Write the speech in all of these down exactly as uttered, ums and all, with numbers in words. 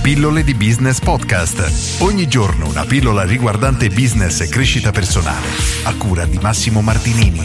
Pillole di Business Podcast. Ogni giorno una pillola riguardante business e crescita personale. A cura di Massimo Martinini.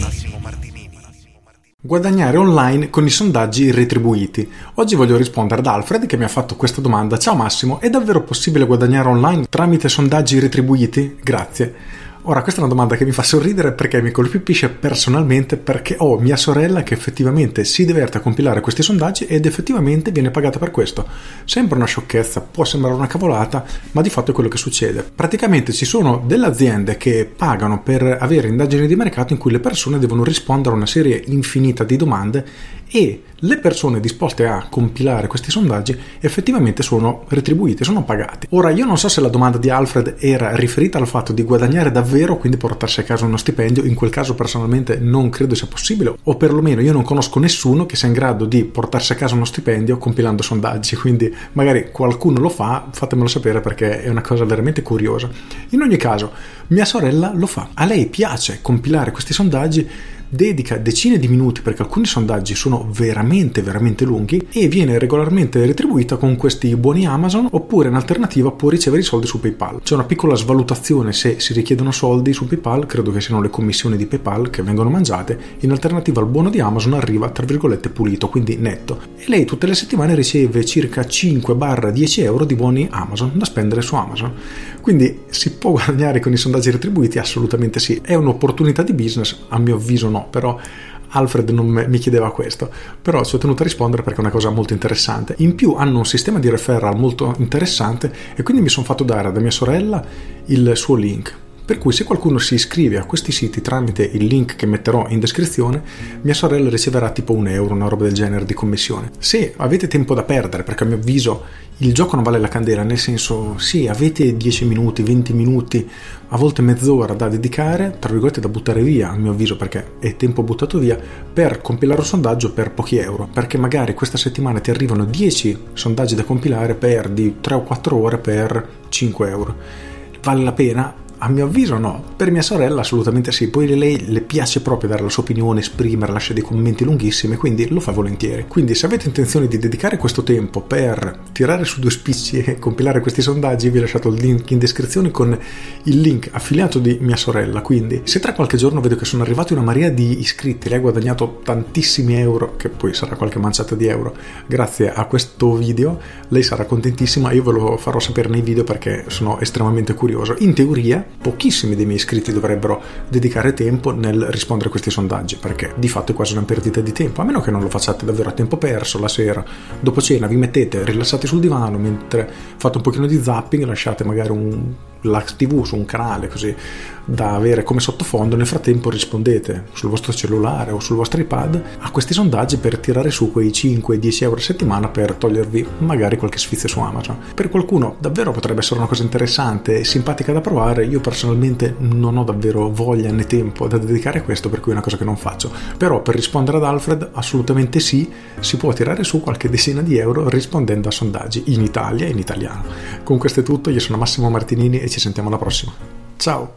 Guadagnare online con i sondaggi retribuiti. Oggi voglio rispondere ad Alfred che mi ha fatto questa domanda. Ciao Massimo, è davvero possibile guadagnare online tramite sondaggi retribuiti? Grazie. Ora, questa è una domanda che mi fa sorridere perché mi colpisce personalmente, perché ho mia sorella che effettivamente si diverte a compilare questi sondaggi ed effettivamente viene pagata per questo. Sembra una sciocchezza, può sembrare una cavolata, ma di fatto è quello che succede. Praticamente ci sono delle aziende che pagano per avere indagini di mercato in cui le persone devono rispondere a una serie infinita di domande e le persone disposte a compilare questi sondaggi effettivamente sono retribuite, sono pagate. Ora, io non so se la domanda di Alfred era riferita al fatto di guadagnare davvero, quindi portarsi a casa uno stipendio. In quel caso personalmente non credo sia possibile, o perlomeno io non conosco nessuno che sia in grado di portarsi a casa uno stipendio compilando sondaggi, quindi magari qualcuno lo fa, fatemelo sapere perché è una cosa veramente curiosa. In ogni caso, mia sorella lo fa, a lei piace compilare questi sondaggi, dedica decine di minuti perché alcuni sondaggi sono veramente veramente lunghi e viene regolarmente retribuita con questi buoni Amazon, oppure in alternativa può ricevere i soldi su PayPal. C'è una piccola svalutazione se si richiedono soldi su PayPal, credo che siano le commissioni di PayPal che vengono mangiate. In alternativa al buono di Amazon arriva tra virgolette pulito, quindi netto, e lei tutte le settimane riceve circa cinque dieci euro di buoni Amazon da spendere su Amazon. Quindi si può guadagnare con i sondaggi retribuiti? Assolutamente sì. È un'opportunità di business? A mio avviso no, però Alfred non mi chiedeva questo, però ci ho tenuto a rispondere perché è una cosa molto interessante. In più hanno un sistema di referral molto interessante e quindi mi sono fatto dare da mia sorella il suo link, per cui se qualcuno si iscrive a questi siti tramite il link che metterò in descrizione, mia sorella riceverà tipo un euro, una roba del genere di commissione. Se avete tempo da perdere, perché a mio avviso il gioco non vale la candela, nel senso, sì, avete dieci minuti, venti minuti, a volte mezz'ora da dedicare, tra virgolette da buttare via, a mio avviso, perché è tempo buttato via, per compilare un sondaggio per pochi euro, perché magari questa settimana ti arrivano dieci sondaggi da compilare per di tre o quattro ore per cinque euro. Vale la pena? A mio avviso no, per mia sorella assolutamente sì, poi lei le piace proprio dare la sua opinione, esprimere, lascia dei commenti lunghissimi, quindi lo fa volentieri. Quindi se avete intenzione di dedicare questo tempo per tirare su due spicci e compilare questi sondaggi, vi ho lasciato il link in descrizione con il link affiliato di mia sorella, quindi se tra qualche giorno vedo che sono arrivati una marea di iscritti, lei ha guadagnato tantissimi euro, che poi sarà qualche manciata di euro, grazie a questo video, lei sarà contentissima, io ve lo farò sapere nei video perché sono estremamente curioso. In teoria pochissimi dei miei iscritti dovrebbero dedicare tempo nel rispondere a questi sondaggi, perché di fatto è quasi una perdita di tempo, a meno che non lo facciate davvero a tempo perso, la sera dopo cena vi mettete rilassati sul divano mentre fate un pochino di zapping, lasciate magari un la tivù su un canale così da avere come sottofondo, nel frattempo rispondete sul vostro cellulare o sul vostro iPad a questi sondaggi per tirare su quei cinque dieci euro a settimana per togliervi magari qualche sfizio su Amazon. Per qualcuno davvero potrebbe essere una cosa interessante e simpatica da provare. Io personalmente non ho davvero voglia né tempo da dedicare a questo, per cui è una cosa che non faccio, però per rispondere ad Alfred assolutamente sì, si può tirare su qualche decina di euro rispondendo a sondaggi in Italia e in italiano. Con questo è tutto, io sono Massimo Martinini e ci sentiamo alla prossima. Ciao!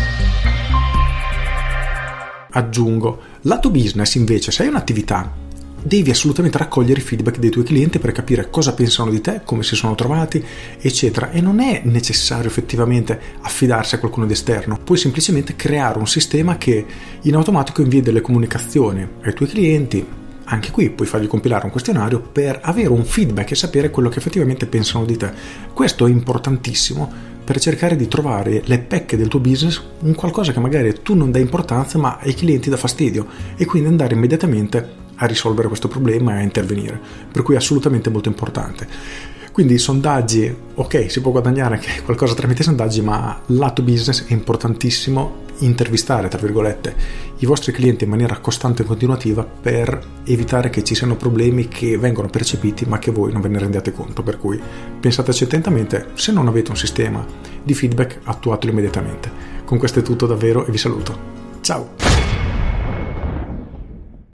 Aggiungo, lato business invece, se hai un'attività devi assolutamente raccogliere i feedback dei tuoi clienti per capire cosa pensano di te, come si sono trovati, eccetera, e non è necessario effettivamente affidarsi a qualcuno di esterno, puoi semplicemente creare un sistema che in automatico invia delle comunicazioni ai tuoi clienti. Anche qui puoi fargli compilare un questionario per avere un feedback e sapere quello che effettivamente pensano di te. Questo è importantissimo per cercare di trovare le pecche del tuo business, un qualcosa che magari tu non dai importanza ma ai clienti dà fastidio, e quindi andare immediatamente a risolvere questo problema e a intervenire, per cui è assolutamente molto importante. Quindi i sondaggi, ok, si può guadagnare anche qualcosa tramite i sondaggi, ma lato business è importantissimo intervistare, tra virgolette, i vostri clienti in maniera costante e continuativa per evitare che ci siano problemi che vengono percepiti ma che voi non ve ne rendiate conto. Per cui pensateci attentamente, se non avete un sistema di feedback attuatelo immediatamente. Con questo è tutto davvero e vi saluto. Ciao!